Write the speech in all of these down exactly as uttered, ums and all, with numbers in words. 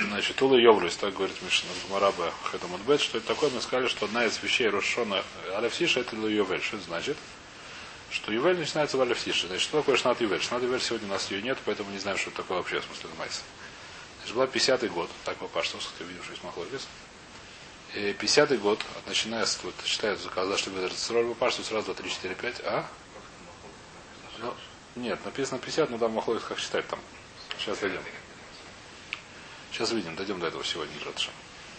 Значит, Ула Йовлюс, так говорит Мишна Мараба Хэтамудбет, что это такое, мы сказали, что одна из вещей Рошона Алевсиша это Ула Йовель. Что это значит? Что Ювель начинается в Алевсише. Значит, что такое Шнат Ювель? Шнат Ювель сегодня у нас ее нет, поэтому не знаем, что это такое вообще в смысле Майса. Значит, была пятидесятый год, так по паштовски, видим, что есть Махлокис. И пятидесятый год, начиная с, вот, считается, когда что это роль по пашту, сразу два, три, четыре, пять, а? Ну, нет, написано пятьдесят, но там Махлокис как считать там. Сейчас дойдем. Сейчас видим, дойдем до этого сегодня, Ратша.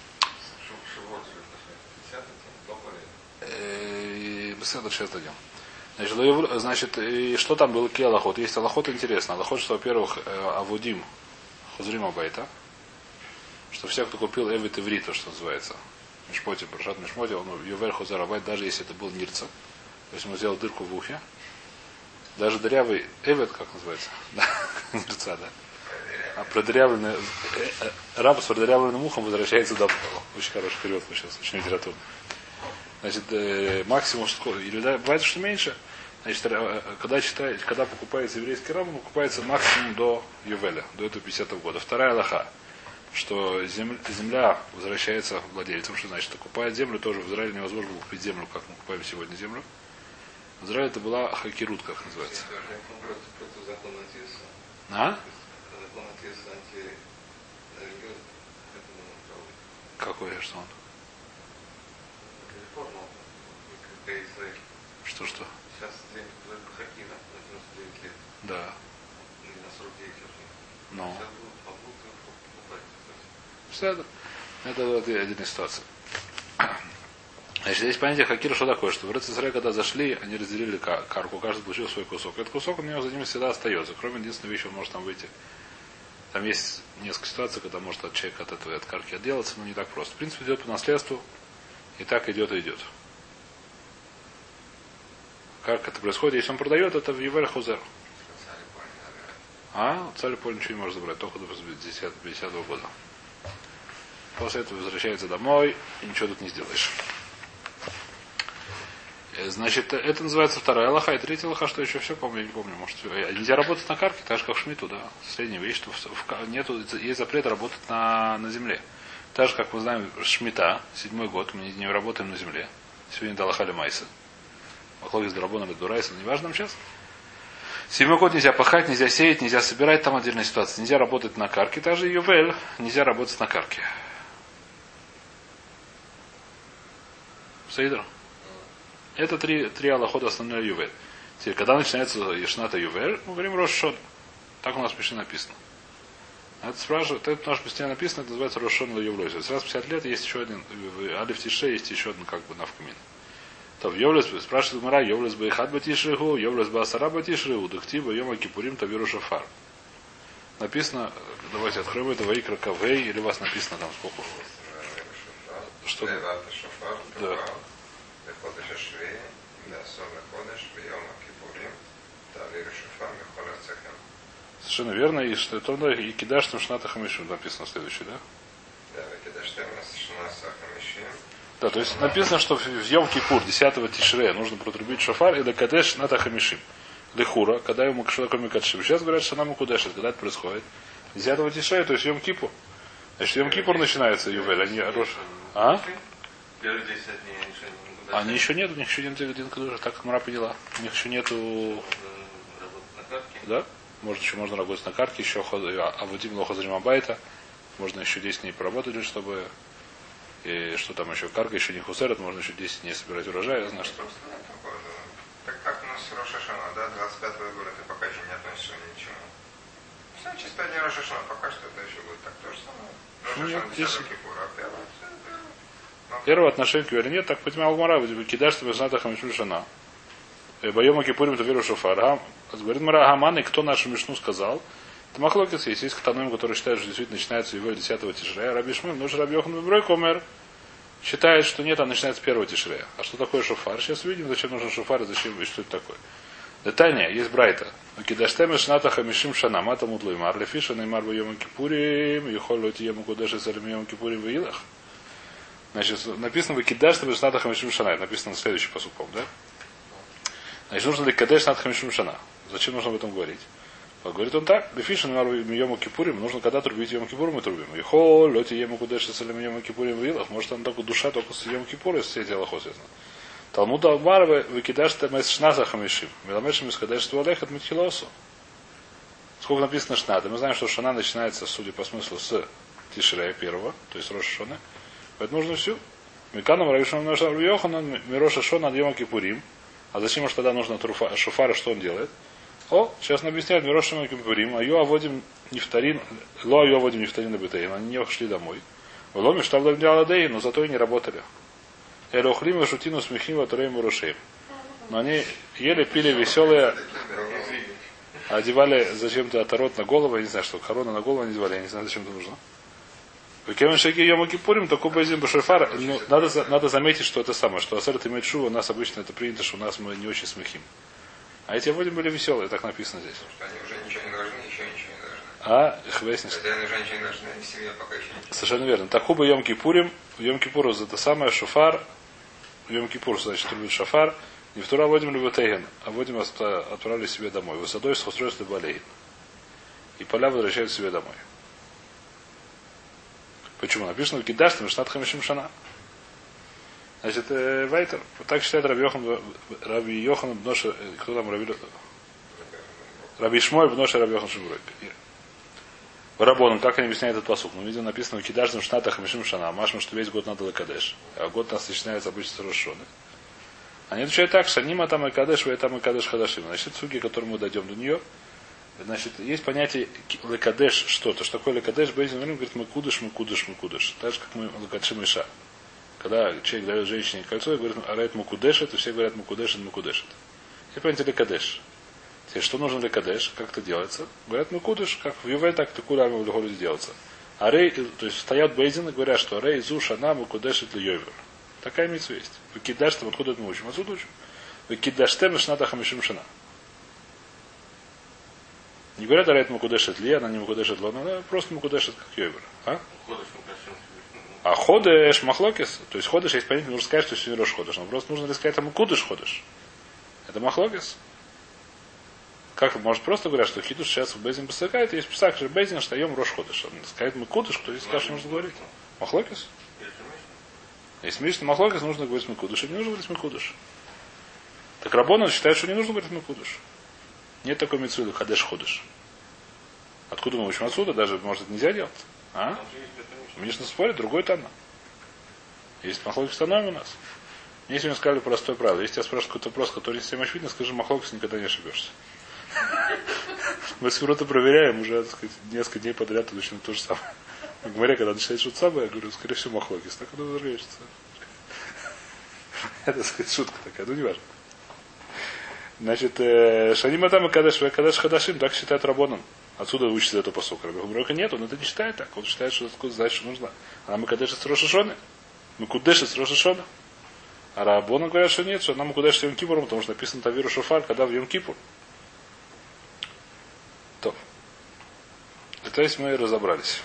Беседа сейчас дойдем. Значит, значит, и что там было ки алахот? Есть алахот интересно. Алахот, что, во-первых, авудим хузрим абайта, что всяк, кто купил эвит иврита, что называется, мишпоти, парашат мишпоти, он ювель хузар абайт, даже если это был нирца, то есть ему сделал дырку в ухе, даже дырявый эвит, как называется, нирца, да? А продырявленный раб с продырявленным ухом возвращается домой. Очень хороший перевод сейчас, очень литературный. Значит, э, максимум, что или да, бывает, что меньше. Значит, когда читаете, когда покупается еврейский раб, он покупается максимум до Ювеля, до этого пятидесятого года. Вторая алаха, что земля, земля возвращается владельцам, что значит, покупает землю тоже в Израиле невозможно купить землю, как мы покупаем сегодня землю. В Израиле это была хакирут, как называется. А? Какой что он? Что что? Сейчас день Хакина на девяносто девять лет. Да. Или на сорок девять лет. Ну. Сейчас будут Это, это отдельная ситуация. Значит, здесь понятие хакира что такое? Что в Рецисре, когда зашли, они разделили карку, каждый получил свой кусок. Этот кусок у него за ним всегда остается. Кроме единственной вещи, он может там выйти. Там есть несколько ситуаций, когда может от человека от этой от карки отделаться, но не так просто. В принципе, идет по наследству, и так идет и идет. Как это происходит? Если он продает, это в Ювель Хузер. А? Царь поле ничего не может забрать, только до пятидесятого года. После этого возвращается домой, и ничего тут не сделаешь. Значит, это называется вторая лоха, и третья лоха, что еще все, помню, я не помню, может, нельзя работать на карке, так же как в Шмиту, да. Средняя вещь, что в, в, нету, есть запрет работать на, на земле. Так же, как мы знаем, Шмита, седьмой год, мы не, не работаем на земле. Сегодня Далахали Майса. Махлокис Дарабона или Дурайса, не важно нам сейчас. Седьмой год нельзя пахать, нельзя сеять, нельзя собирать, там отдельная ситуация. Нельзя работать на карке, даже Ювель, нельзя работать на карке. Сейдер? Это три, три аллахода основной Ювель. Теперь, когда начинается Ешната Ювель, мы говорим Рошон. Так у нас в Мишне написано. Это спрашивает, это у нас в Мишне написано, это называется Рошон Ла Ювлой. Раз в пятьдесят лет есть еще один, в Алиф Тише есть еще один как бы навкамин. То в Йовлес спрашивает Мара, Йовлес бы хат батишригу, Йовлес бы асара батишригу, дыхтиба йома кипурим тавиру шафар. Написано, давайте откроем это, Ваикра Кавей, или у вас написано там сколько? Что? Да. Совершенно верно. И что это и кидаш там шната хамишим написано следующее, да? Да, кидаш там шната хамишим. Да, то есть написано, что в Йом-Кипур, десятого Тишре, нужно протрубить шофар и докадеш шната хамишим. Лехура, когда ему шелаком кадшим. Сейчас говорят, что нам кудешит, когда это происходит. десятого Тишре, то есть Йом-Кипур. Значит, Йом-Кипур начинается Ювель, они Рош. А? Первые десять дней они еще не Они еще нет, у них еще нет один кадуш, так как Мара поняла. У них еще нету. Да? Может, еще можно работать на карте, еще а Вадим Лоха Заримабайта. Можно еще десять дней поработать, чтобы. И что там еще? Карга еще не хусерет, можно еще десять дней собирать урожай, я знаю, что. Так как у нас Роша Шана, да, двадцать пятого года ты пока еще не относишься ни к чему. Все чисто не Роша Шана, пока что это еще будет так то же самое. Роша Шана десятого Кипура, а первое. Первого отношения к вере нет, так понимал Мара, кидаш тебе зната хамишуль шана. Боема кипурим то веру шофар. Говорит Мара Гаман, и кто нашу мишну сказал? Это Махлокис есть. Есть Хатаноим, который считает, что действительно начинается его десятого Тишрея. Раби Шмуль, но же Раби Йохан Беброй Комер считает, что нет, он начинается с первого Тишрея. А что такое шофар? Сейчас увидим, зачем нужен шофар и зачем и что это такое. Детание, есть Брайта. Кидаштем шната хамишим шана. Мата мудлой мар. Лефиша неймар боема кипурим. Юхоль лоти ему кудеши салим йом кипурим веилах. Значит, написано выкидаш, чтобы шната хамишим шана. Это написано на следующий посуд, да? Значит, нужно ли кадеш шната хамишим шана. Зачем нужно об этом говорить? Говорит он так, бефишен Йому Кипурим, нужно когда трубить Йом Кипурим и трубим. И хо, лети ему кудеши с Йом Кипурим в вилах, может она только душа только с Йом Кипурим, все эти аллахот, естественно. Талмуд Алмар выкидаш ты мэс шната хамишим. Меламешим искадаешь твой олег от Митхилосу. Сколько написано шната? Мы знаем, что шана начинается, судя по смыслу, с Тишрея первого, то есть Роша Шона. Поэтому нужно всю. Миканом Равишон Йоханан Мироша Шона от Йома Кипурим. А зачем уж тогда нужно труфа, шуфара, что он делает? О, сейчас он объясняет Мироша Йома Кипурим. А ее оводим нефтарин, ло ее оводим нефтарин абитаим. Они не шли домой. В ломе штаб Ладей, но зато и не работали. Элохрим и шутину смехим атуреем урушеем. Но они ели, пили веселые, одевали зачем-то оторот на голову, я не знаю, что корона на голову не одевали, я не знаю, зачем это нужно. В Кеменшеке Йома Кипурим, такой базим башефар, ну, надо, надо заметить, что это самое, что асерт имеет шу, у нас обычно это принято, что у нас мы не очень смехим. А эти аводим были веселые, так написано здесь. Они уже ничего не должны, еще ничего не должны. А, их выяснишь. Хозяин и женщины должны, семья пока еще не. Совершенно верно. Такуба Йом Кипурим, Йом Кипуру это самое, шофар, Йом Кипур, значит, трубит шофар, не втора водим люботейген, а водим отправили себе домой. Высадой с устройства болеет. И поля возвращают себе домой. Почему? Написано в Гидаште, Мишнат Хамишим Шана. Значит, э, Вайтер, так считает Раби Йохан, Раби Йохан, Бноша, кто там Раби Раби Шмой, Бноша, Раби Йохан Шиброй. Рабоном, как они объясняют этот посук? Мы видим написано в Кидаште, Мишната Хамишим Шана. Машма, что весь год надо Лакадеш. А год у нас начинается обычно с Рошоны. Они отвечают так, Шанима там и Кадеш, вы там и Кадеш Хадашим. Значит, суги, к которому мы дойдем до нее, значит, есть понятие лекадеш что-то. Что такое лекадеш? Бейзин говорит, мы кудыш, мы кудыш, мы кудыш. Так же, как мы лекадшим иша. Когда человек дает женщине кольцо и говорит, арает мы кудешет, и все говорят, мы кудешет, мы кудешет. Это понятие лекадеш. Теперь, что нужно лекадеш? Как это делается? Говорят, мы кудыш, как в Ювель, так и куда мы в делается. А рей, то есть стоят бейзин и говорят, что рей зу шана мы кудешет ли йовер. Такая митцва есть. Вы кидашьте, откуда это мы учим? Отсюда учим. Вы кидашьте мишната хамишим шана. Не говорят, арает мукудешет ли, она не мукудешет ло, она просто мукудешет как йовер. А? А ходеш махлокис, то есть ходеш, есть понятие, нужно сказать, что сегодня рош ходеш. Но просто нужно ли сказать, это мукудеш ходеш. Это махлокис. Как может просто говорят, что хидуш сейчас в Бейзин посыкает, есть писак, что Бейзин, что ем рош ходеш. Сказать мукудеш, кто здесь скажет, что нужно говорить? Махлокис? Если Мишна Махлокис, нужно говорить Мекудыш, и не нужно говорить Мекудыш. Так Раббанан считает, что не нужно говорить Мекудыш. Нет такой митцвы, Хадеш Ходыш. Откуда мы учим отсюда? Даже, может, это нельзя делать? А? Мишна спорит, другой Тана. Есть Махлокис Таном у нас. Мне сегодня сказали простое правило. Если тебя спрашивают какой-то вопрос, который не совсем очевидно, скажи Махлокис, никогда не ошибешься. Мы с Фирота проверяем уже, так сказать, несколько дней подряд точно то же самое. Говоря, когда начинает что-то самое, я говорю, скорее всего, Махлокис. Так оно возвращается. Это, сказать, шутка такая, ну не важно. Значит, Шанима там и Кадеш, Кадеш Хадашим, так считает Раббанан. Отсюда учится это посук. Рабби нет, он это не считает так. Он считает, что откуда знает, что нужно. А нам Кадеш с Рошашоны. Мы Кудеш с Рошашона. А Раббанан говорят, что нет, что нам Кудеш с Йом Кипуром, потому что написано Тавиру Шофар, когда в Йом Кипур. То. То есть мы разобрались.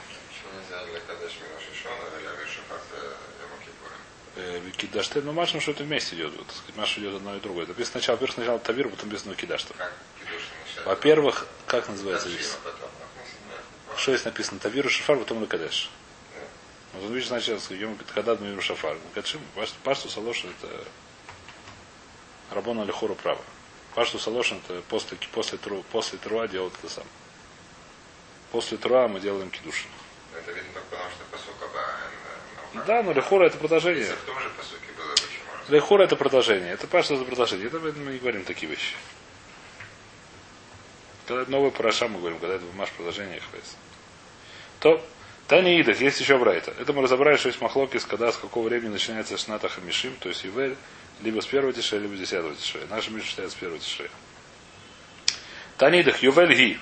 Кидаште, но Машем, что это вместе идет. Вот, так сказать, Маша идет одно и другое. Это сначала, во-первых, сначала Тавир, потом написано Кидаште. Во-первых, как называется здесь? Что здесь написано? Тавир, Шафар, потом Лакадеш. Вот он видишь, сначала, когда мы Шафар. Кадшим, Пашту Салошин, это Рабона Алихору право. Пашту Салошин, это после, после, после Труа делают это сам. После Труа мы делаем Кидушин. Это видно только потому, что посука да, но Лехура это продолжение. В том же посуке было почему? Лехура это продолжение. Это Пашту за продолжение. Это мы не говорим такие вещи. Когда это новая параша, мы говорим, когда это маш продолжение их хватит. То, Тани Идах, есть еще Брайта. Это мы разобрали, что есть махлокис, когда с какого времени начинается Шната Хамишим, то есть Ивель, либо с первого тишрея, либо с десятого тишрея. Наша Миша считает с первого тишрея. Тани Идах, Ювель Ги.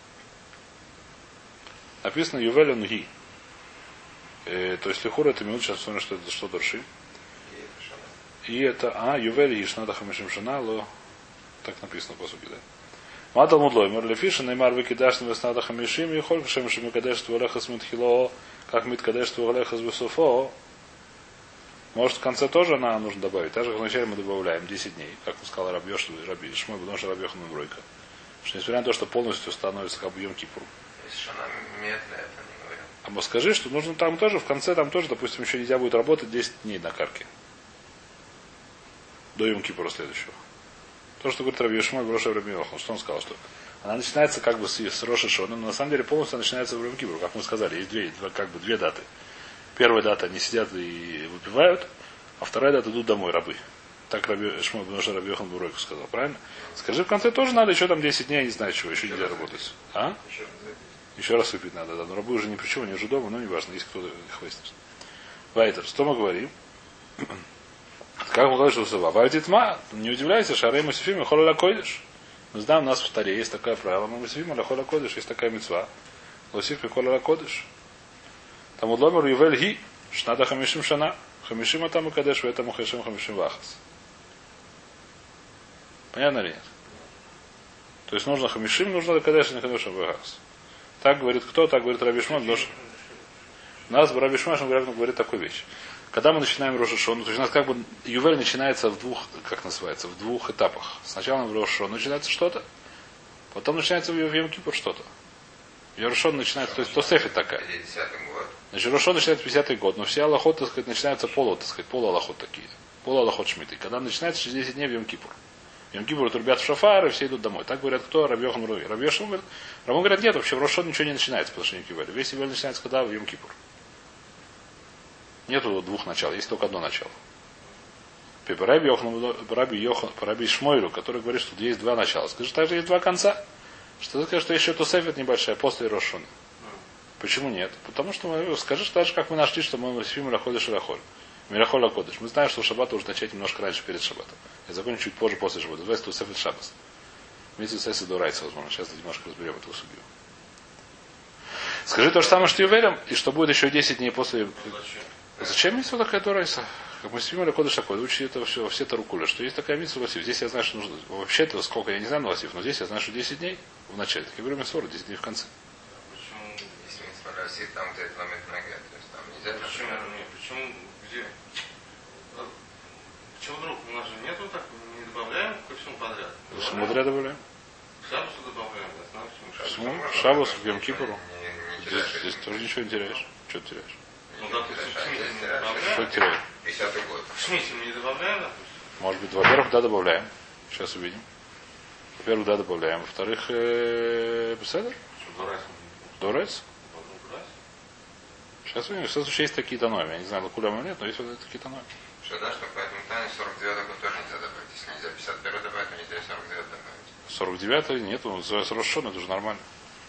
Написано Ювель он Ги. Э, то есть Лехура это минут, сейчас смотрим, что это что Дорши. И это, а, Ювель Ги, Шната Хамишим Шана, так написано по сути, да. Матал мудлой, мерлефиша, неймар выкидаш на веснада хамишим, и холь шем шем кадеш тволехас митхило, как мит кадеш тволехас весуфо. Может в конце тоже нам нужно добавить. Так же вначале мы добавляем десять дней, как мы сказали Раби Йоши, Раби Шмой, потому что Раби Йохан Бройка. Что несмотря на то, что полностью становится как бы Йом-Кипур. Если Шана медля, это не говорят. А мы скажи, что нужно там тоже, в конце там тоже, допустим, еще нельзя будет работать десять дней на карке. До Йом-Кипура следующего. То, что говорит Раби Йошмой, Броша Раби Йохан, что он сказал, что она начинается как бы с, с Роша Шона, но на самом деле полностью начинается в Йом-Кипур, как мы сказали, есть две, два, как бы две даты. Первая дата они сидят и выпивают, а вторая дата идут домой, рабы. Так Раби Шмой, Броша Раби Йохан Буройку сказал, правильно? Скажи, в конце тоже надо еще там десять дней, я не знаю чего, еще, еще нельзя работать. А? Еще, еще раз выпить надо, да. Но рабы уже ни при чем, они уже дома, но не важно, есть кто-то их выяснит. Вайтер, что мы говорим? Как мы говорим, что сова? Вайтитма, не удивляйся, шарей мусифим и холола койдыш. Мы знаем, у нас в Таре есть такое правило, мы мусифим и холола койдыш, есть такая митцва. Лосиф и холола койдыш. Там удломер ювель ги, шнада хамишим шана, хамишим атам и кадеш, в этом ухешим хамишим вахас. Понятно или нет? То есть нужно хамишим, нужно кадеш, не кадеш, вахас. Так говорит кто? Так говорит Раби Шмон. У нас Раби Шмон говорит такую вещь. Когда мы начинаем Рош ха-Шона, то есть у нас как бы Ювель начинается в двух, как называется, в двух этапах. Сначала в Рош ха-Шона начинается что-то, потом начинается в Йом-Кипур что-то. Рош ха-Шона начинается, то есть Тосефет такая. Значит, Рош ха-Шона начинается пятидесятый год, но все аллахот, так сказать, начинаются полу, так сказать, полуаллахот такие. Полуаллахот шмиты. Когда начинается через десять дней в Йом-Кипур. Йом-Кипур трубят в шафар, и все идут домой. Так говорят кто? Раби Йохан Руи. Раби Йохан говорит, Рамон говорит, нет, вообще в Рош ха-Шона ничего не начинается, потому что Йом-Кипур. Весь Ювель начинается когда? В Йом-Кипур. Нету двух начал, есть только одно начало. По Раби Йохан, Раби Йохан, по Раби Шмойлю, который говорит, что есть два начала. Скажи, также есть два конца. Что ты скажешь, что еще Тосефет небольшая после Рош ха-Шона. Почему нет? Потому что мы, скажешь, так же, как мы нашли, что мы Мусифим Мирахоль Ширахоль. Мирахоль Акодыш. Мы знаем, что Шаббат нужно начать немножко раньше перед Шаббатом. Я закончу чуть позже после Шаббата. Называется Тосефет Шаббас. Вместе с Эсседо Райса, возможно. Сейчас немножко разберем эту судью. Скажи то же самое, что Ювелем, и что будет еще десять дней после... Зачем митцва такая Дорайса? Как мы снимали Кодыш такой, учили это все, все Тарукуля, что есть такая митцва Лосиф. Здесь я знаю, что нужно. Вообще-то, сколько я не знаю на Лосиф, но здесь я знаю, что десять дней в начале. Так я говорю, сорок, десять дней в конце. Почему здесь митцва Лосиф, там, где это ламет ноге? То есть там нельзя. Почему? Почему? Где? Почему вдруг? У нас же нету так, не добавляем ко всему подряд. Мудря добавляем. Шабусу добавляем, я знаю, почему. Почему? Шабус в Йом-Кипуру. Здесь, здесь тоже ничего не теряешь. Что ты теряешь? Ну, допустим, в Шмите мы не Что добавляем. теряешь? десятый год. В Шмите мы не добавляем, допустим. Может быть, во-первых, да, добавляем. Сейчас увидим. Во-первых, да, добавляем. Во-вторых, э, Беседер? Что, Дорайс? Дорайс? Сейчас увидим. Сейчас еще есть такие тономи. Я не знаю, лакулям или нет, но есть вот такие тономи. Что да, что поэтому Тане сорок девятый год тоже нельзя добавить. Если нельзя пятьдесят первый добавить, то нельзя сорок девятый добавить. сорок девятый нет, он называется Рош ха-Шона, это уже нормально.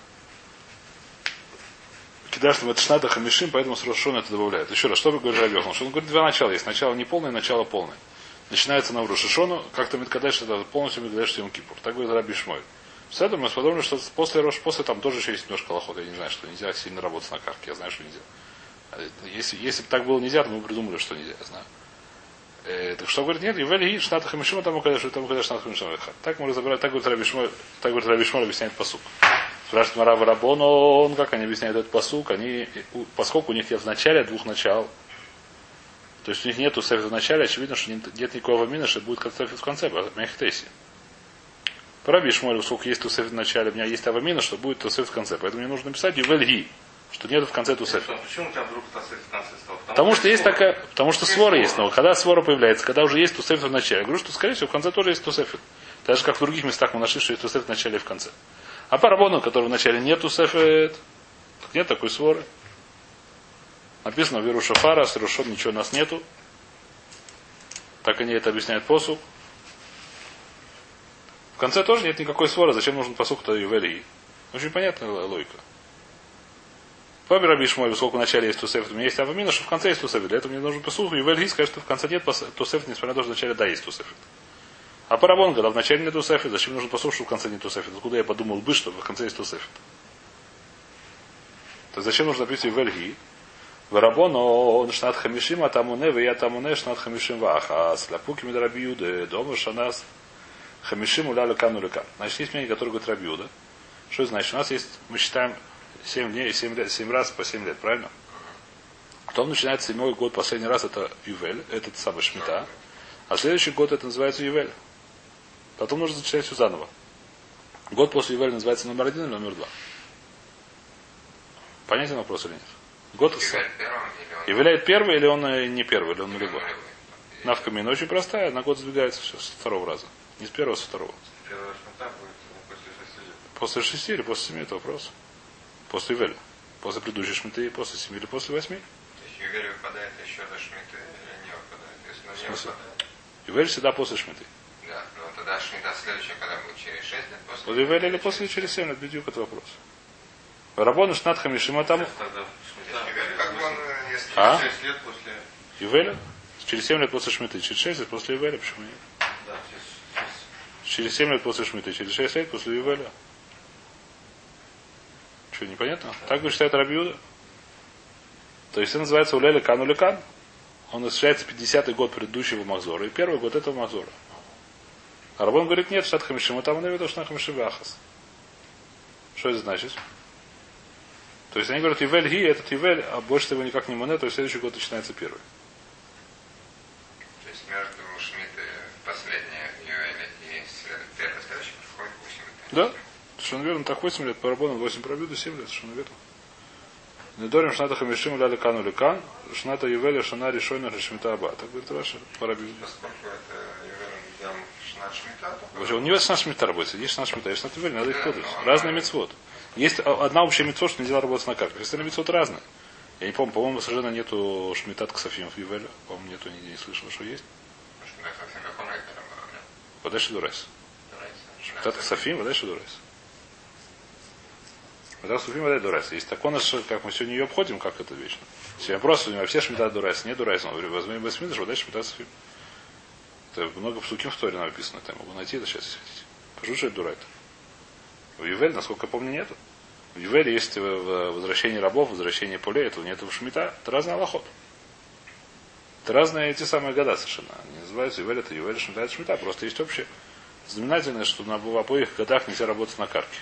Кидаш там это шната хамишим, поэтому с Рош ха-Шона это добавляют. Еще раз, что вы говорите Раби Йохан? Что он говорит, два начала есть. Начало не полное, начало полное. Начинается на Рош ха-Шона, как-то Миткадеш, это полностью Миткадеш Йом-Кипур. Так говорит Раби Шмой. С этим мы подумали, что после Рош, после там тоже еще есть немножко лохот. Я не знаю, что нельзя сильно работать на карте. Я знаю, что нельзя. Если, если бы так было нельзя, то мы придумали, что нельзя, я знаю. Э, так что говорит, нет, Ювель Шната Хамишима, там Кадеш, там Кадеш Шната Хамишима. Так мы разобрали, так говорит Раби Шмой, так говорит Раби Шмой, объясняет пасук. Спрашивает Марава Рабон, он как они объясняют этот пасук, они, поскольку у них нет в начале двух начал, то есть у них нету сефет в начале, очевидно, что нет никакого мина, что будет как сефет в конце, по Мехтеси. По Раби Шмой, сколько есть тусефет в начале, у меня есть авамина, что будет тусефет в конце. Поэтому мне нужно написать Ювель Ги, что нету в конце тусефет. Почему у тебя вдруг тусефет в конце стал? Потому, потому что есть такая, потому что свора есть, но когда свора появляется, когда уже есть тусефет в начале, я говорю, что скорее всего в конце тоже есть тусефет. Так же как в других местах мы нашли, что есть тусефет в начале и в конце. А по Рабону, который в начале нет тусефет, нет такой своры. Написано в Веру Шафара, с Рушон ничего у нас нету. Так они это объясняют посук. В конце тоже нет никакой своры, зачем нужен посук-то Ювелии. Очень понятная логика. По Раби Шмой, поскольку в начале есть тусефет, у меня есть авамина, что в конце есть тусефет. Для этого мне нужен посук, Ювелии скажет, что в конце нет тусефет, несмотря на то, что в начале да есть тусефет. А по Рабону, когда в начале нет тусефет, зачем нужен посук, что в конце нет тусефет? Откуда я подумал бы, что в конце есть тусефет? То зачем нужно написать Ювелии? В Рабону шнат хамишим, а тамуне, в я тамуне шнат хамишим вахас. Ляпуки медраби юде, дома шанас хамишим уля лекану лека. Значит, есть мнение, которое говорит Раби Юда. Что это значит? У нас есть, мы считаем семь дней, семь лет, семь раз по семь лет, правильно? Потом начинается седьмой год, последний раз это Ювель, этот самый Шмита. А следующий год это называется Ювель. Потом нужно зачитать все заново. Год после Ювеля называется номер один или номер два? Понятен вопрос или нет? Год Ювеляет первый или он не первый, или он нулевой? Навка мина очень простая, на год сдвигается все с второго раза. Не с первого, а со второго. После шести или после семи, это вопрос. После Ювеля. После предыдущей шмиты, после семи или после восьми. То есть Ювель выпадает еще до шмиты или не выпадает? Если он не выпадает. Ювель всегда после шмиты. Да, но тогда шмита следующая, когда будет через шесть лет после. После Ювеля или после через семь лет, бедюк, это вопрос. Рабону шнат хамишима там. Ювель, как бы он, если А? шесть лет после... Ювеля? Через семь лет после шмиты, через шесть лет после Ювеля, почему нет? Да, через... Через семь лет после шмиты, через шесть лет после Ювеля. Что, непонятно? Так бы считает Рабиуда. То есть это называется Улеля Кан Уликан. Он осуществляется пятидесятый год предыдущего Махзора и первый год этого Махзора. А Рабон говорит, нет, штат Хамишима, там он имеет штат Хамишима Ахас. Что это значит? То есть они говорят, Ювель Ги, этот Ювель, а больше его никак не монет, то есть следующий год начинается первый. То есть между шмиты последние Ювели и первый следующий проходит восемь лет. Да? Что он верно, так восемь лет, по Рабону восемь пробью, семь лет, что он верно. Недорим шната хамишим ляли кану ликан, шната Ювеля шана решойна шмита аба. Так говорит Раша по Рабиуде. Поскольку это Ювель взял шнат шмита, то... Вообще, он не шнат шмита работает, есть шнат шмита, есть шнат Ювеля, надо их путать. Разные митцвот. Есть одна общая митцвот, что нельзя работать на карте. Остальные митцвот разные. Я не помню, по-моему, совершенно нету шмитат ксафим в Ювеле. По-моему, нету, нигде не слышал, что есть. Подальше дурайс. Шмитат ксафим, подальше дурайс. Шмитат ксафим, подальше дурайс. Есть так он, как мы сегодня ее обходим, как это вечно. Сегодня просто у него все шмитат дурайс, не дурайс. Он говорит, возьми басмидаш, подальше шмитат ксафим. Это много псуким в Торе написано. Это я могу найти это сейчас, если хотите. Покажу, что это дурайт. В Ювеле, насколько я помню, нету. В Ювеле есть возвращение рабов, возвращение полей, этого нету в Шмита. Это разный аллахот. Это разные эти самые года совершенно. Они называются Ювель, это Ювель, Шмита, это Шмита. Просто есть общее знаменательное, что на в обоих годах нельзя работать на карке.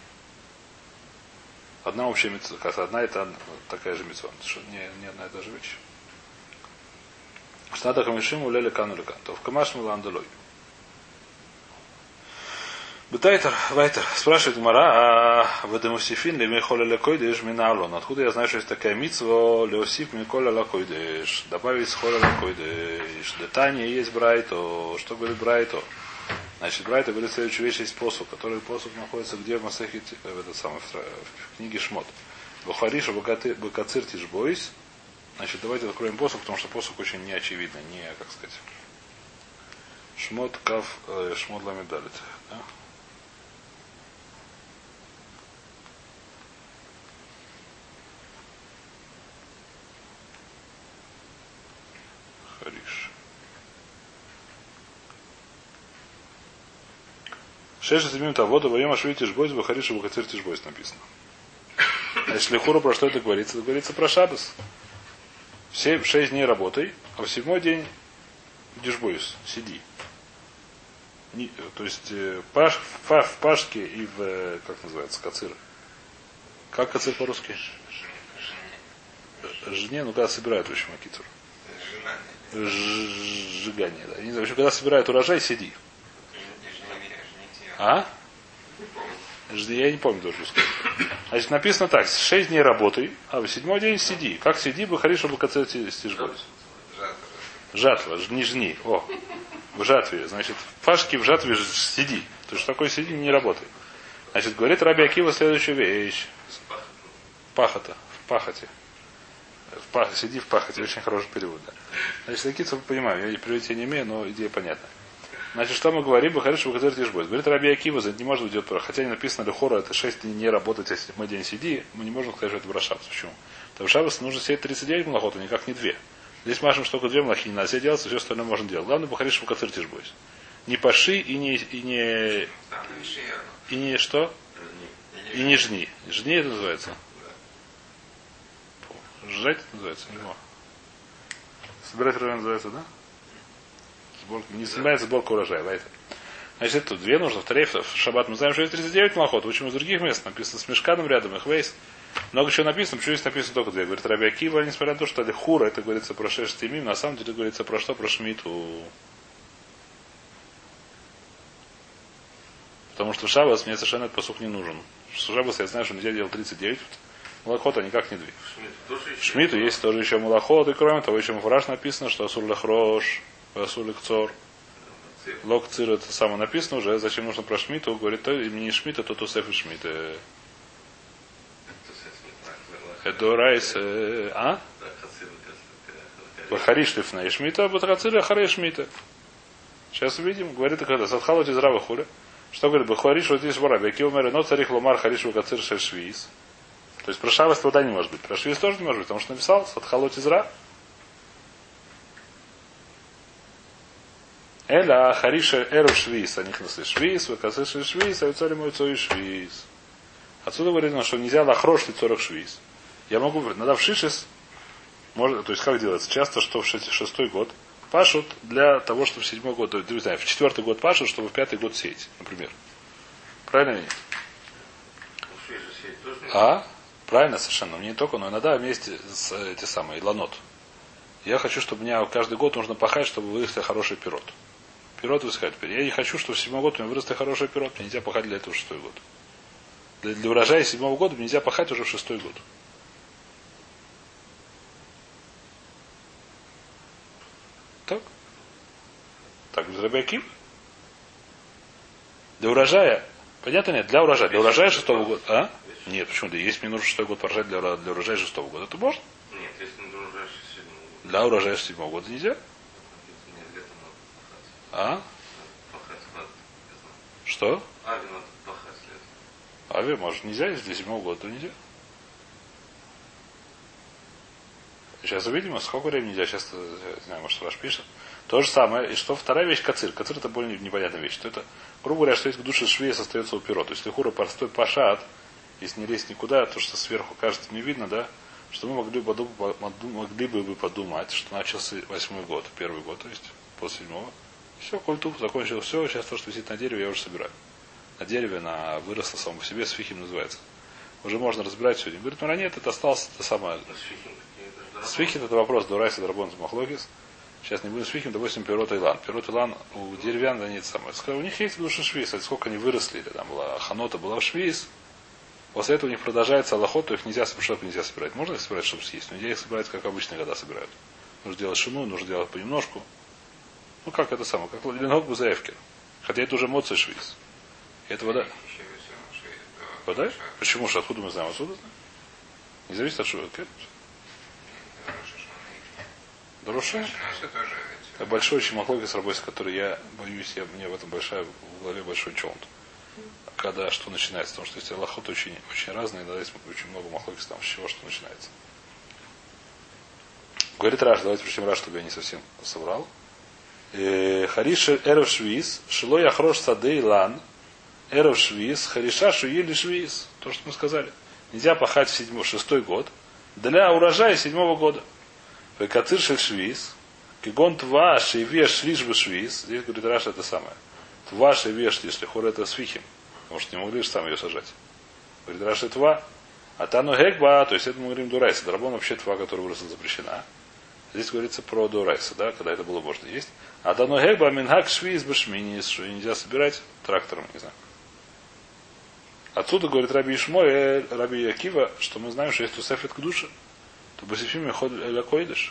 Одна общая митцва, одна это такая же митцва. Не, не одна и та же вещь. Штата Хамишиму лели кану лекан. То в Камашму ландалой. Бетайтер, Вайтер, спрашивает Мара, а в Демусифин ли Михоля Лекойдеш Миналон. Откуда я знаю, что есть такая митцва Леосиф Миколя Лекойдеш. Добавить Холя Лекойдеш. Детание есть Брайто. Что говорит Брайто? Значит, Брайто говорит следующую вещь, есть посук, который посук находится где в Масахите, в этот самый в книге Шмот. Бухариша Бакацир Тишбойс. Значит, давайте откроем посук, потому что посук очень неочевидный, не, как сказать. Шмот Кав Шмот Ламедалит. Да? Хариш. Шесть минут а воду воем ашви тишбойс, бахариша бухацир тишбойс написано. Значит, лихуру про что это говорится? Это говорится про шаббос. Все шесть дней работай, а в седьмой день тишбойс, сиди. Не, то есть паш, в, в пашке и в, как называется, кацир. Как кацир по-русски? Жене, ну когда собирают, в общем, акицур. Сжигание, да. Я не знаю, в общем, когда собирают урожай, сиди. А? Я не помню тоже сказать. Значит, написано так, шесть дней работай, а в седьмой день сиди. Как сиди, бы хариша бы кацир стижбой. Жатва, не жни. О, в жатве. Значит, в пашке в жатве сиди. То есть такой сиди, не работай. Значит, говорит Раби Акива следующую вещь. Пахота. В пахоте. В пах... Сиди в пахоте. Очень хороший перевод, да. Значит, Акицу понимаю, я переводить я не имею, но идея понятна. Значит, что мы говорим? Бахариш Бахатыр Тишбой. Говорит Раби Акива, не может быть, хотя не написано Лехора, это шесть дней не работать, если мы день сиди, мы не можем сказать, что это Брашабас. Почему? Потому что Шабас нужно сеять тридцать девять млахот, а никак не две. Здесь машем, что только две млахи не надо все делать, все остальное можно делать. Главное, Бахариш Бахатыр Тишбой. Не паши и не, и не, и не что? И не жни. Жни это называется. Жать это называется? Не могу. Собирать район называется, да? Сборка, не занимается сборка урожая. Да, это. Значит, тут две нужно. В в шаббат мы знаем, что есть тридцать девять млахот. Учим из других мест. Написано с мешканом рядом, их вейс. Много чего написано, почему здесь написано только две. Говорит Раби Акива, несмотря на то, что Алихура, это говорится про шесть имим, на самом деле говорится про что? Про Шмиту. Потому что что в Шаббас мне совершенно этот посух не нужен. В Шаббас я знаю, что нельзя делать тридцать девять. Малахота никак не двиг. В Шмиту есть тоже еще малахот, и кроме того, еще муфраж написано, что асур лехрош, асур лехцор. Лок цир это самое написано уже, зачем нужно про Шмиту, говорит, то имени Шмита, то тусеф и Шмита. Эдорайс, а? Бахариш лифна и Шмита, Батрацир Ахарей Шмита. Сейчас увидим, говорит, когда Садхалот из Рава Хуля. Что говорит, Бахариш вот здесь в Арабе, Киумер, но царих ломар Хариш Вакацир Шешвиз. То есть про Шавас вода не может быть. Про Швиз тоже не может быть, потому что написал Садхалот из Ра. Эля Хариша Эру Швиз, а них носы Швиз, Вакацир Шешвиз, а царь мой цой Швиз. Отсюда говорит, что нельзя лахрош лицорах Швиз. Я могу говорить, надо в Шишис, может, то есть как делается? Часто, что в шестой год пашут для того, чтобы в седьмой год, не знаю, в четвертый год пашут, чтобы в пятый год сеять, например. Правильно или нет? А? Правильно совершенно. Мне не только, но иногда вместе с эти самые ланот. Я хочу, чтобы мне каждый год нужно пахать, чтобы вырастил хороший пирот. Пирот высыхает теперь. Я не хочу, чтобы в седьмой год у меня вырастил хороший пирот. Мне нельзя пахать для этого в шестой год. Для, для урожая седьмого года мне нельзя пахать уже в шестой год. Так? Так, без Раби Акивы? Для урожая, понятно нет? Для урожая. Для урожая шестого года. А? Нет, почему? Да есть мне нужно шестой год порожать для, для урожая шестого года. Это можно? Нет, если не для урожая седьмого года. Для урожая седьмого года нельзя? Нет, летом надо А? пахать. Пахать надо. Что? Ави надо пахать летом. Ави, может, нельзя, если для седьмого года, то нельзя. Сейчас увидим, сколько времени нельзя. Сейчас, не знаю, может, Раш пишет. То же самое. И что вторая вещь кацир. Кацир это более непонятная вещь. Что это, грубо говоря, что есть к душе швея остается у перо. То есть лихура простой пашат, если не лезть никуда, то что сверху кажется не видно, да, что мы могли бы, могли бы подумать, что начался восьмой год, первый год, то есть после седьмого. Все, культур закончил все, сейчас то, что висит на дереве, я уже собираю. На дереве, на выросло само по себе, сфихим называется. Уже можно разбирать сегодня. Говорит, ну нет, это осталось, это самое. Сфихим это вопрос, дурайся, драбон, махлогис. Сейчас не будем свихим, допустим, пирот и лан. Пирот и лан у деревян, они это самое. У них есть душа швиз, сколько они выросли, или там была ханота, была в швиз. После этого у них продолжается аллахот, то их нельзя, что нельзя собирать. Можно их собирать, чтобы съесть, но нельзя их собирать, как обычно, когда собирают. Нужно делать шину, нужно делать понемножку. Ну как это самое, как ленок бузаевкер. Хотя это уже моций швиз. Это вода. Вода? Почему же? Откуда мы знаем? Отсюда? Не зависит от швиз. Дороше? Это большой очень махлокис работы, который я боюсь, я, мне в этом большая, в голове большой чонт. Когда что начинается, потому что если лохот очень, очень разные, иногда есть очень много махлокис там, с чего что начинается. Говорит Раш, давайте причем Раш, чтобы я не совсем соврал. Хариш эров швиз, шило яхрош садей лан, эров швиз, хариша шуели швиз. То, что мы сказали. Нельзя пахать в седьмой, шестой год для урожая седьмого года. Векацир шель швиз, кигон тва шевеш шлиш бы швиз. Здесь говорит Раша это самое. Тва шевеш шлиш, лихор это свихим. Потому что не могли же сам ее сажать. Говорит Раша тва. А тану гекба, то есть это мы говорим дурайса. Драбон вообще тва, которая выросла, запрещена. Здесь говорится про дурайса, да, когда это было можно есть. А тану гекба минхак швиз башмини, что нельзя собирать трактором, не знаю. Отсюда говорит Раби Ишмой, Раби Акива, что мы знаем, что есть тусефет к душе. То басифим ход лакоидыш.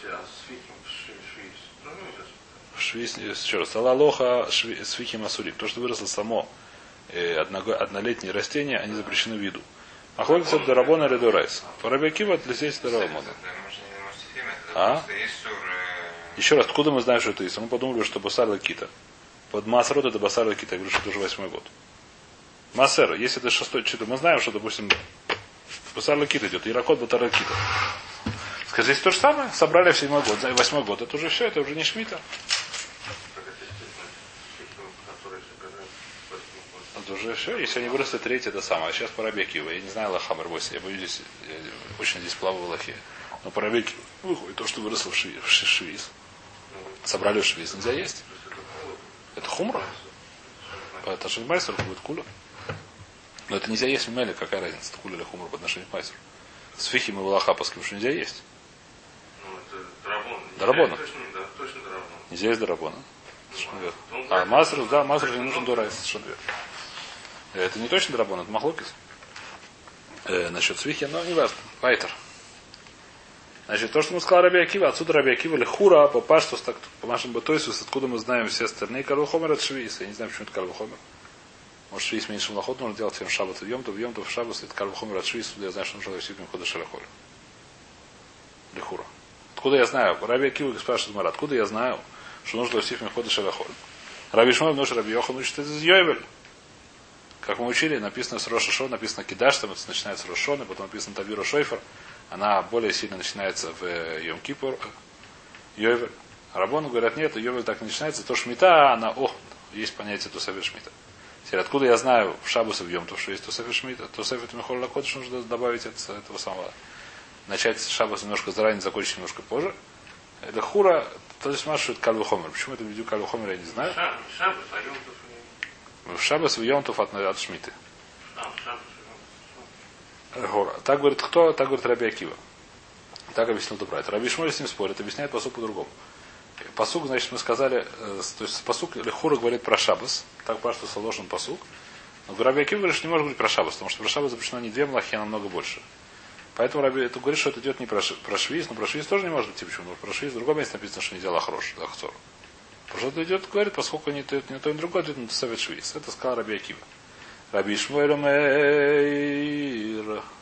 Швиз, еще раз, алалоха свихим асурик. То, что выросло само э, однолетние растения, они запрещены в виду. А ходится это дарабона или дурайс. По Раби Акива для здесь дарабона. А? Еще раз, откуда мы знаем, что это есть? Мы подумали, что басар лакита. Под масрот это басар лакита. Я говорю, что это уже восьмой год. Масер, если это шестой, что мы знаем, что, допустим, басар лакита идет, иракот батар лакита. Скажи, здесь то же самое. Собрали в седьмой год, в восьмой год. Это уже все, это уже не шмита. Это уже все. Если они выросли третий, это самое. А сейчас по Раби Акива. Я не знаю Лахамер восемь. Я боюсь здесь, я очень здесь плаваю в Лахе. Но по Раби Акива выходит то, что выросло в швиз. Собрали в швиз. Нельзя есть. Это хумра. Это же майсер, будет куля. Но это нельзя есть в меле. Какая разница, куля или хумра по отношению к майсеру. С фихим и валахапаским, что нельзя есть. Дарабона. Нельзя есть дарабона. А масрус, да, масрус не нужен дурайс. Совершенно верно. Это не точно драбон, это махлокис. Э, насчет свихи, но не важно. Вайтер. Значит, то, что мы сказали Раби Акива, отсюда Раби Акива или хура, по паштус, так, по нашему батойсус, откуда мы знаем все остальные кальвахомер от швиис. Я не знаю, почему это кальвахомер. Может, швиис меньше млахот нужно делать, чем шаббат в йомтов, в йомтов, в шаббат, это кальвахомер от швиис, я знаю, что нужно делать в хода шалахоль. Или хура. Откуда я знаю? Раби Акива спрашивает Мара, откуда я знаю, что нужно делать в хода шалахоль? Раби Шмой, множь Раби Йохан учит это из Йовель. Как мы учили, написано с Роша Шон, написано Кидаш, там это начинается с Рош Шона, потом написано Тавира Шойфер. Она более сильно начинается в Йом Кипур. Йовель. А Рабону говорят, нет, Йовель так не начинается, то Шмита, она, о, есть понятие Тусафер Шмита. Теперь, откуда я знаю в Шабус и в Йом, то, что есть Тусафер Шмита, Тусафер Михоль Лакодыш нужно добавить от этого самого. Начать Шабус немножко заранее, закончить немножко позже. Это хура, то есть маршрут Кальвухомер. Почему это веду Кальвухомер, я не знаю. Шаббат, а Йом-Тов. В Шабас в Йомтов от, от Шмиты. Гора. Так говорит кто? Так говорит Раби Акива. Так объяснил Дубрайт. Раби Шмоль с ним спорит, объясняет посук по-другому. Посук, значит, мы сказали, э, то есть посук Лехура говорит про Шабас, так просто сложен посук. Но Раби Акива говорит, что не может говорить про Шабас, потому что про Шабас запрещено не две млахи, а намного больше. Поэтому Раби это говорит, что это идет не про, про Швиз, но про Швиз тоже не может идти. Почему? Потому что про Швиз в другом месте написано, что нельзя лахрош, лахцор. Потому что это идет, говорит, поскольку не то, не то, ни другое, идет на Тусавет Швиз. Это сказал Раби Акива. Раби Шмуэль Мейр.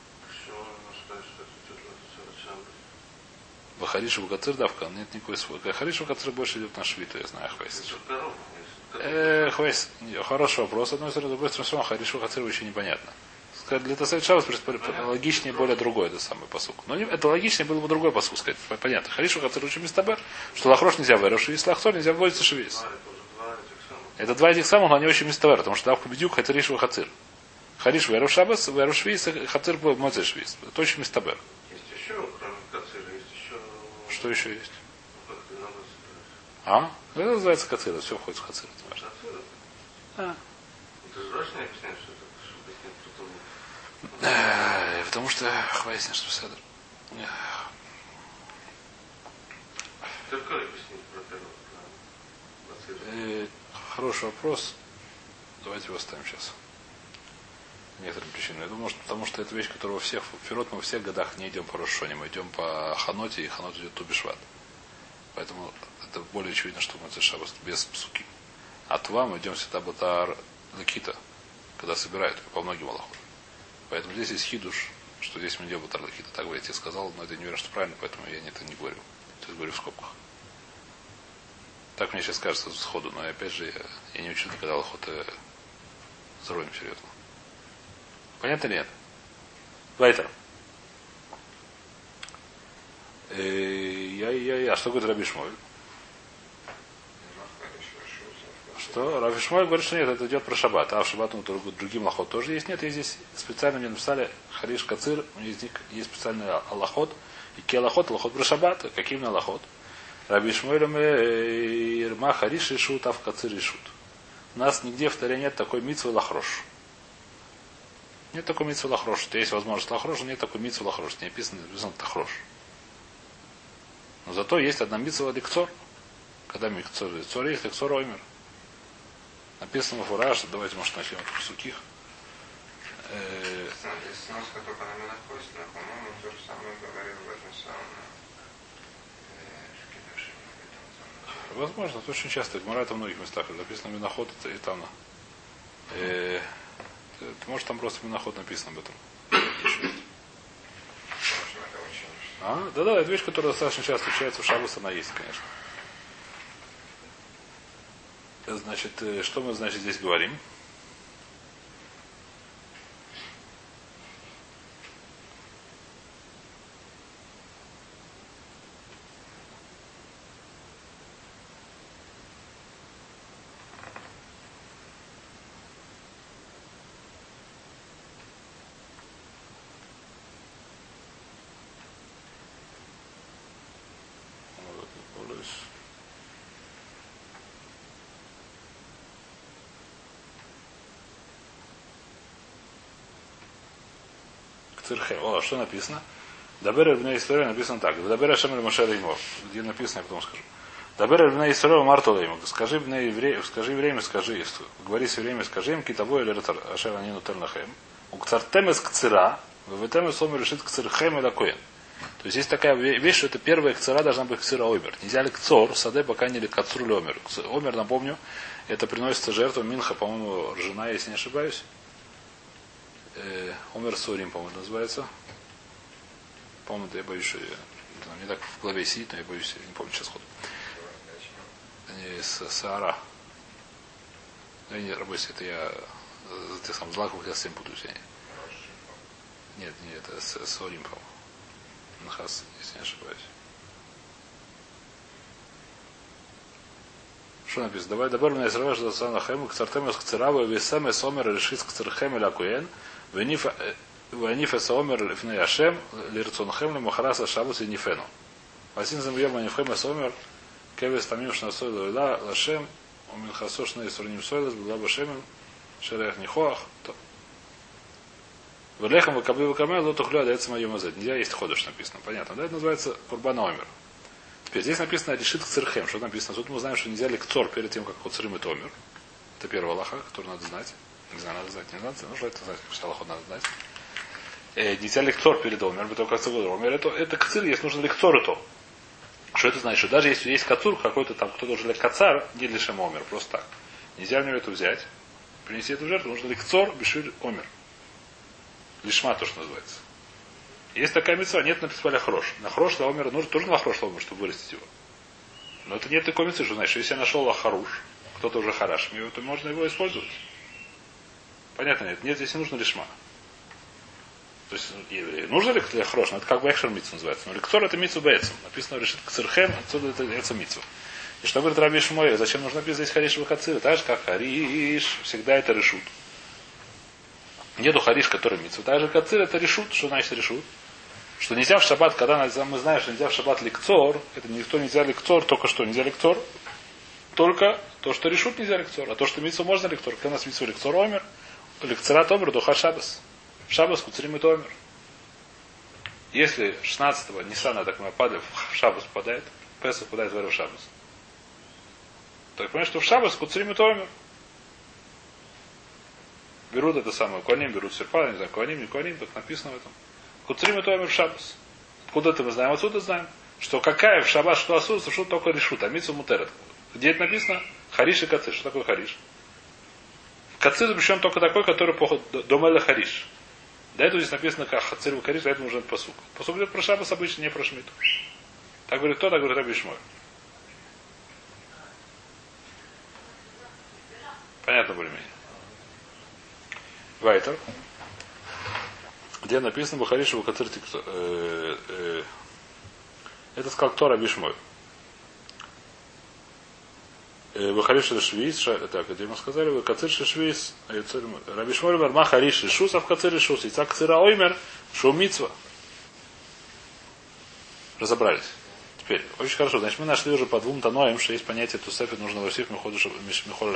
Бахаришу Бакацир давка, нет никакой свой. Бахаришу Бакацир больше идет на швиту, я знаю, хвейс. Э, хвейс. Хороший вопрос. Одной стороны, с другой стороны, Харишу Бакацир еще непонятно. Для Тасавет Шабас логичнее более другой это самый посук. Но не, это логичнее было бы другой посук сказать. Понятно. Харишу Бакацир очень мистабер, что лахрош нельзя вырос, и лахцор нельзя вводиться швейс. Это два этих самых, но они очень мистабер, потому что давка бедюк Харишу Бакацир. Харишу Вэру Шабас, Вэру Швейс, Хацир Моцей Швейс. Это очень мистабер. Есть еще, кроме Кацира, есть еще... Что еще есть? А? Это называется Кацира, все входит в Кацир. А. Ты же врач не объясняешь, что это, что это потому что хвастин, что седр. Только объяснить про первого. Хороший вопрос. Давайте его оставим сейчас. Некоторым причинам. Я думаю, что потому что это вещь, которая во всех, вперед мы во всех годах не идем по Рошоне, мы идем по Ханоте, и Ханот идет Тубишват. Поэтому это более очевидно, что мы Шаббат без псуки. А Тува мы идем всегда Батар Лакита, когда собирают, по многим Аллаху. Поэтому здесь есть хидуш, что здесь мы идем Батар Лакита. Так бы я тебе сказал, но это не уверен, что правильно, поэтому я это не говорю. То есть говорю в скобках. Так мне сейчас кажется сходу, но опять же я, я не учил никогда Аллахота заровнем серьезно. Понятно ли нет? Вайтер. Я-я-я. А что говорит Раби Шмуэль? Что? Раби Шмуэль говорит, что нет, это идет про шаббат. А в шаббат ну, другим лохот тоже есть. Нет, я здесь специально мне написали Хариш Кацир, у меня здесь есть специальный аллахот. И ке аллахот, аллахот про шаббат. Каким аллахот? Раби Шмуэль Ирма Хариш Ишут, а в Кацир Ишут. У нас нигде в Таре нет такой митцвы лахрош. Нет такой митцвы лахрош. Есть возможность лахрош, но нет такой митцвы лахрош. Не написано, написано тахрош. Но зато есть одна митцва ликцор. Когда микцор ликцор есть, ликцор оймер. Написано в фураж, давайте, может, начнем от суких. Сноска только на Менахойс, но, по-моему, то же самое говорил в этом самом возможно, это очень часто. Гмара это в многих местах. Написано Миноход и там. Э, может там просто Миноход написано об этом. А? Да-да, это вещь, которая достаточно часто встречается в Шаббас, она есть, конечно. Значит, что мы, значит, здесь говорим? О, что написано? Дабер Бней история написано так. Дабер Ашем Моше Леймор. Где написано, я потом скажу. Дабер Ибн Исраил Мартулейму. Скажи евреям, скажи евреям, скажи, говори с евреями, скажи им, китовой или ашер анину тернахем. Укцартемес кцира, вветемес омер решит кцирхем или коэн. То есть есть такая вещь, что это первая кцира должна быть кцира омер. Нельзя ли кцор, саде, пока не ли кацур или омер. Омер, напомню, это приносится жертва Минха, по-моему, жена, если не ошибаюсь. Э, омер Сурим, по-моему, называется. По-моему, я боюсь, что не так в голове сидит, но я боюсь, я не помню сейчас ход. С Саара. Я не работаю, это я ты сам злаков, я с всем путаюсь. Нет, нет, это с, с Орим, по-моему. Нахас, если не ошибаюсь. Что написано? Давай добавим на Израиль, что Сана Хэму, к Цартему, к Цирава, Весаме, Сомер, решит к Цирхэм или Акуэн, Венифа Сомер, Лифней Ашем, Лирцон Хэм, Махараса Шабус и Нифену. Васин Замьем, Нифхэм, Сомер, Кевис Тамим, Шнасой, Луила, Лашем, Уминхасош, Нейсурним Сойлас, Была Башемин, Шерех Нихоах, то. Велехам выкабли выкамел, но тухля дается моему мазет. Нельзя есть ходыш, написано. Понятно, да? Это называется Курбан Омер. Теперь здесь написано решит к цирхем. Что написано? Тут мы знаем, что нельзя ликцор перед тем, как коцрим и томер. Это первый аллаха, который надо знать. Не знаю, надо знать, не надо. Ну, что это знать, как все аллахот надо знать. Э, нельзя ликцор перед омер, потому как омер. Это, это кцир, если нужно ликцор и то. Что это значит? Что даже если есть кацур, какой-то там, кто должен кацар, не лишим омер, просто так. Нельзя у него это взять. Принести эту жертву, нужно ликцор, бешир, омер. Лишма, то, что называется. Есть такая митцва, нет на письмале хрош. На хрош омер нужно тоже на хрош омер, чтобы вырастить его. Но это нет такой митцвы, что значит, что если я нашел лахаруш, кто-то уже хараш, мне то можно его использовать. Понятно, нет? Нет, здесь не нужно лишма. То есть, нужно ли для хрош? Ну, это как бы экшер митцва называется. Но лектор это митцва бэцем. Написано решит кцирхем, отсюда это это митцва. И что говорит Раби Шмуэль, зачем нужно написать здесь хариш вахацир? Так же, как хариш, всегда это решут. Нету хариш, который митцва. Так же кацир это решут. Что значит решут? Что нельзя в шаббат, когда мы знаем, что нельзя в шаббат лекцор, это никто нельзя лекцор, только что нельзя лекцор, только то, что решут нельзя лекцор, а то, что митцва можно лекцор. Когда у нас митцва лекцор омер, лекцорат омер, духа шаббас. Шаббас куцрим и омер. Если шестнадцатого Ниссана, так мы падали, в шаббас попадает, Песах попадает в эру шаббас, то я понимаю, что в шаббас куцрим и омер. Берут это самое, Куаним берут серпа, не знаю, Куаним, не Куаним, так написано в этом. Куцрим и омер в шаббас. Откуда это мы знаем? Отсюда знаем. Что какая в шаббас, что осудится, что только решут, а митцва мутерет. Где это написано? Хариш и кацир. Что такое хариш? Кацир запрещен только такой, который по домеля хариш. До этого здесь написано как хацир и хариш, поэтому нужен посук. Посук говорит про шаббас обычно, не про шмиту. Так говорит кто, так говорит Раби Шмуэль. Понятно более-менее. Вайтер. Где написано Бухариша Бухацир э, э, это сказал кто Раби Шмуэль. Бухариша Швиз, так, где мы сказали, Бухацир Швиз, Раби Шмуэль Барма Хариш Шус, а в Кацир Шус, и так Кцира Оймер, Шум Мицва. Разобрались. Теперь, очень хорошо, значит, мы нашли уже по двум таноям, что есть понятие Тусефет, нужно восиф Михоль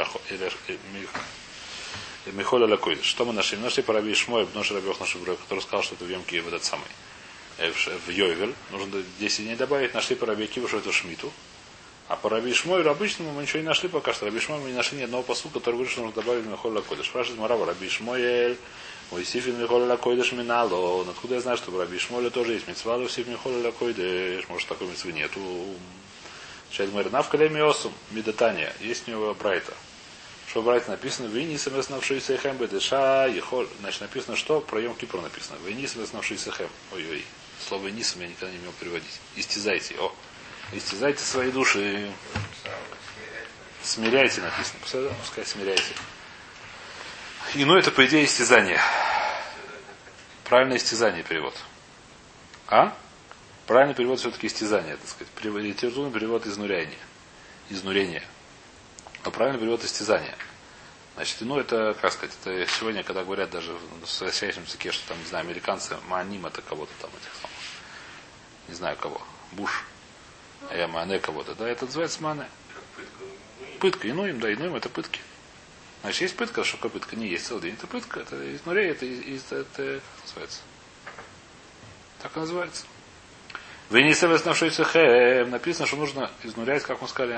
Михоля Лакойдыш. Что мы нашли? Мы нашли по Раби Шмуэль, Бнош Раби Йоханан Шиброй, который сказал, что это в Йом-Ки в этот самый, в Йовель. Нужно десять дней добавить. Нашли по Раби Акиву, что это Шмиту. А по Раби Шмуэлю обычному мы ничего не нашли пока что. Раби Шмуэль мы не нашли ни одного посука, который говорит, что нужно добавить Михоля Лакойдыш. Спрашивает Марава, Раби Шмуэль, Моисифин Михоля Лакойдыш Минало. Откуда я знаю, что в Раби Шмуэля тоже есть митцва, Лосиф Михоля Лакойдыш. Может, такой митцвы нету. Сейчас говорит, Навкале Миосум, Мидатания. Есть у него Брайта. Что в Брайте написано, Вини смеснавшийся хэм бедеша, значит написано, что про Йом Кипур написано. Вини смеснавшийся хэм. Ой-ой. Слово Нисом я никогда не умел переводить. Истязайте. О. Истязайте свои души. Смиряйте написано. Пускай смиряйте. И ну это по идее истязание. Правильное истязание перевод. А? Правильный перевод все-таки истязание, так сказать. Литературный перевод изнуряния. Изнурение. Но правильный перевод истязания. Значит, ну это, как сказать, это сегодня, когда говорят даже в современном языке, что там, не знаю, американцы мааним это кого-то там, этих самых, не знаю кого, Буш, а я мане кого-то, да, это называется мане. Пытка, инуем, да, инуем это пытки. Значит, есть пытка, что такое пытка? Не есть целый день, это пытка, это изнурение, это, это, это, как называется? Так называется. Вы не совершившийся хэм. Написано, что нужно изнурять, как мы сказали.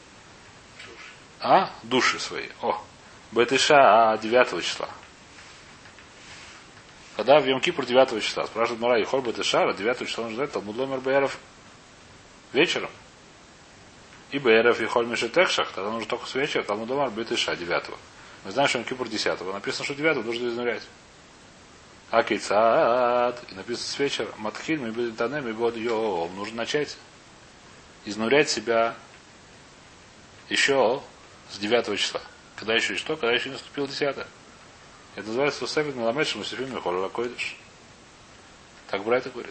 А? Души свои. О. Бетыша девятого числа. Когда в Йом-Кипур девятого числа. Спрашивает Мара, Ихоль Бетыша, девятого числа нужно ждать Талмуд Ломер Беэров вечером. И Беэров Ихоль Мишетекшах, тогда нужно только с вечера, Талмуд Ломер Бетыша девятого. Мы знаем, что Йом-Кипур десятого. Написано, что девятого нужно изнурять. А кейцад. И написано с вечера. Матхиль ми бедитанем и бод йом. Нужно начать изнурять себя еще с девятого числа. Когда еще и что? Когда еще не наступило десятое. Это называется Тусефет Меламед Шмусифим Михола Лакойдыш. Так Брайта говорит.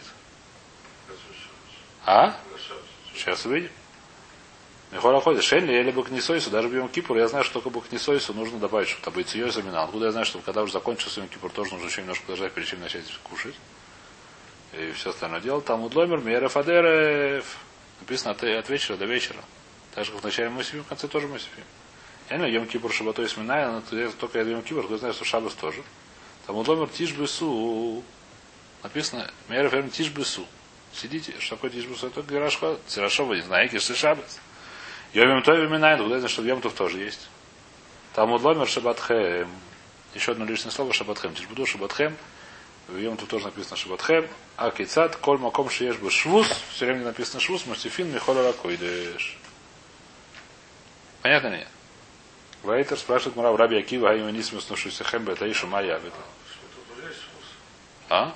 А? Сейчас увидим. Михола Лакойдыш. Шелли или Бакнисойсу. Даже в Йом-Кипур я знаю, что только Бакнисойсу нужно добавить, чтобы там быть ее заминал. Откуда я знаю, что когда уже закончился Йом-Кипур, тоже нужно еще немножко подождать, перед чем начать кушать. И все остальное дело. Там удломер, Мерев Адерев. Написано от, от вечера до вечера. Так же, как в начале Мосифим, в конце тоже Мосифим. Я не знаю, Йом-Кипур Шаббато и Сминая, но только я Йом-Кипур, кто знает, что Шаббас тоже. Там удломер Тишбесу. Написано Мерев Эрм Тишбесу. Сидите, что такое Тишбесу? Это Герашха. Цирашова не знаете, что Шаббас. Йом Той Виминайн, куда знает, что в Йом-Тов тоже есть. Там удломер Шаббатхэм. Еще одно лишнее слово Шаббатхэм. Тишбуду Шаббатхэм. В Йом-Тов тоже написано Шаббатхэм. А Кейцад, Коль Маком Шиеш бы Швус. Все время написано Швус, Мастифин, Михола Ракойдеш. Понятно нет? Вайтер спрашивает Мурав Раби Акива, а не смеснувшийся Хэмбе, это Ишу Майя. А?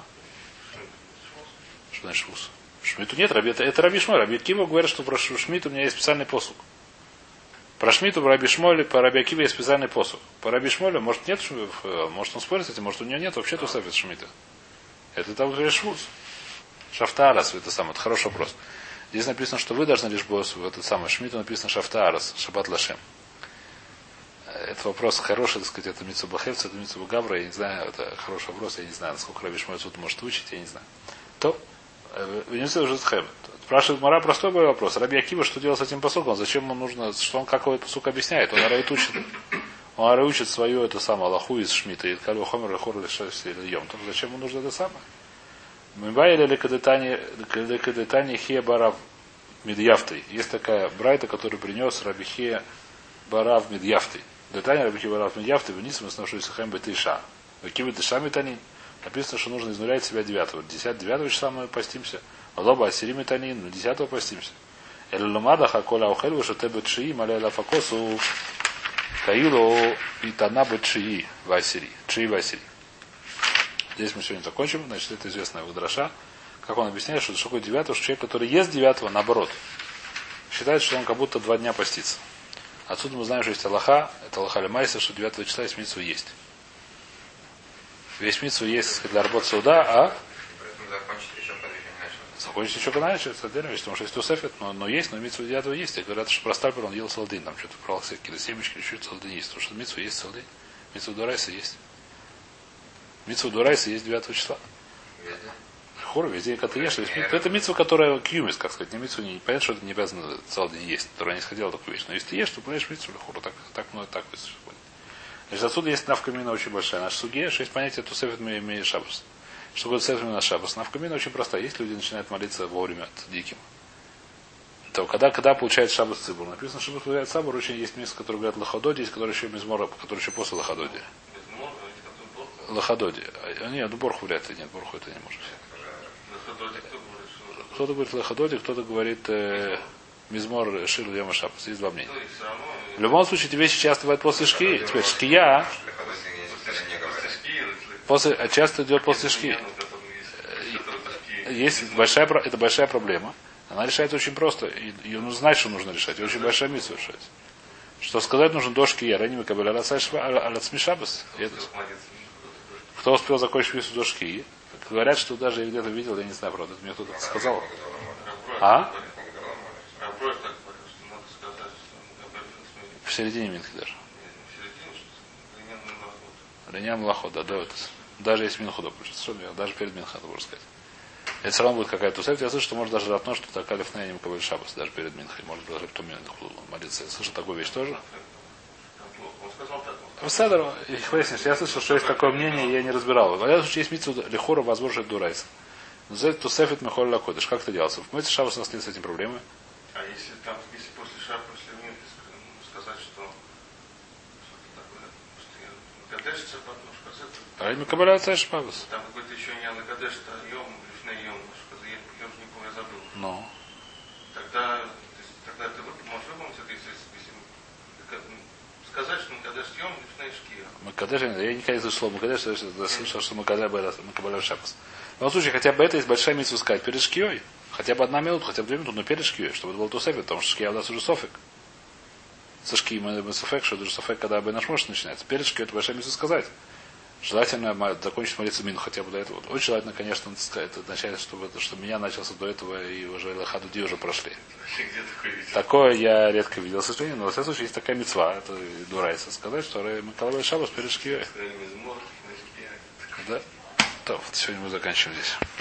Что значит Швус? Шмиту нет, Раби, это, это Раби Шмоль. Раби Акива говорит, что про Шмиту у меня есть специальный посуд. Про Шмиту, про Раби Шмоль, по Раби Акиве есть специальный посуд. По Раби Шмолю, может нет, может он спорит с этим, может у него нет, вообще Тусефет Шмита. Это там говорит Швус. Шафтаарас, это самое, это хороший вопрос. Здесь написано, что вы должны лишь босс в этот самый Шмиту написано Шафтаарас, Шаббат Лашем. Это вопрос хороший, так сказать, это Митсу Бахевца, это Митсу Багабра, я не знаю, это хороший вопрос, я не знаю, насколько Раби Шмоль отсюда может выучить, я не знаю. То, Венеция уже схэм. Спрашивает Мара простой вопрос. Раби Акива, что делать с этим посуком? Зачем ему нужно, что он какой посук объясняет? Он арай учит, он арай учит свою это самое Аллаху из Шмита, и Калю Хомер Хор Льем. Зачем ему нужно это самое? Мибайли или Кадетани Хе Барав Медьяфтой. Есть такая брайта, которую принес Раби Хе Барав Медьяфтой. Детани Раби Хе Барав Медьяфтой вниз мы сношусь Хэм Бетыша. Вакивы Тыша Метанин. Написано, что нужно изнурять себя девятого. десятого, девятого числа мы постимся. Лоба Асири Метанин, но десятого постимся. Эллумада Хаколя Аухельву Шатебе Чии, Маляля Факосу Каилу и Тана Бетшии в Асири. Чии в Асири. Здесь мы сегодня закончим. Значит, это известная Удраша. Как он объясняет, что такое девятого, что человек, который ест девятого, наоборот, считает, что он как будто два дня постится. Отсюда мы знаем, что есть Аллаха, это Аллаха Лемайса, что девятого числа есть митцва есть. Весь митцва есть для работы суда, а закончить еще когда начать, отдельно, потому что есть Тусефет, но, но есть, но митцва девятого есть. И говорят, что про Стальпер он ел салдин, там что-то брал всякие семечки, чуть салдин есть, потому что митцва есть салдин. Митцва Дурайса есть. Митцва Дурайса есть девятого числа. Хор, везде, как ты ешь. Это митцва, которая кьюмис, как сказать, не митцва, не понятно, что это не обязано целый день есть, которая не сходила такую вещь. Но если ты ешь, то понимаешь митцву или хору, так, так, ну, так будет. Значит, отсюда есть навкамина очень большая. Наша сугея, что есть понятие Тусефет Мей Шабас. Что такое Тусефет Мей Шабас? Навкамина очень простая. Есть люди начинают молиться вовремя от диким. То когда, когда получает Шабас Цибур? Написано, что получает Сабур, очень есть место, которое говорят Лахадоди, есть, которые еще Мизмора, которые еще после Лахадоди. Лахадоди. Нет, ну Борху вряд ли нет, Борху это не может. Кто-то говорит Лахадоди, кто-то говорит э, Мизмор Шилу Яма Шабас. Есть два мнения. В любом случае, эти вещи часто бывают после шки. Теперь шкия. После, а часто идет после шки. Есть большая, это большая проблема. Она решается очень просто. И ее нужно знать, что нужно решать. И очень большая миссия решать. Что сказать нужно до шкия. Раними кабеля алацмишабас. Кто успел закончить миссию до шкии? Говорят, что даже я где-то видел, я не знаю, правда, это мне кто-то сказал. А? В середине Минхи даже. Реням Лахо, да, да, это, даже если Минхудо, даже перед Минхадо, можно сказать. Это все равно будет какая-то тусефт. Я слышу, что может даже ратно, что такая лифная не кабель шабас, даже перед Минхой. Может даже кто молиться. Я слышу такую вещь тоже. Седор, я слышал, что есть такое мнение, я не разбирал. В этом случае есть митцва лихора возможно дурайса. Зе тусефит мехоль лакодыш. Как это делается? В Моэцет Шаббос у нас нет с этим проблемы. А если там, если после шаба, после мир сказать, что что-то такое, что я Кадеш Шаббат, может сказать. А не Кабаля Цай Шаббос. Там какой-то еще не на Кадеш, то Йом, Лифней Йом, я уже не помню, я забыл. Ну. Тогда, тогда ты можешь выполнить это, если, если сказать, что Кадеш Йом, Лифней Шкия. Макадеш, я никогда не слышал Макадеш, я слышал, что Макадеш Макабаля Шаббос. В любом случае, хотя бы это есть большая митцва сказать перед шкией. Хотя бы одна минута, хотя бы две минуты, но перед шкией, чтобы это был тусефет, потому что шкия у нас уже софек. Со шкией мы софек, что это уже софек, когда бы наш может начинается. Перед шкией это большая митцва сказать. Желательно закончить молиться мину хотя бы до этого. Очень желательно, конечно, это начать, чтобы, это, чтобы меня начался до этого и уже Лахадуди уже прошли. Такое я редко видел, к сожалению, но в этом случае есть такая митцва, это нравится сказать, что мы Калабай Шаббос перед шкией. Да? То, вот сегодня мы заканчиваем здесь.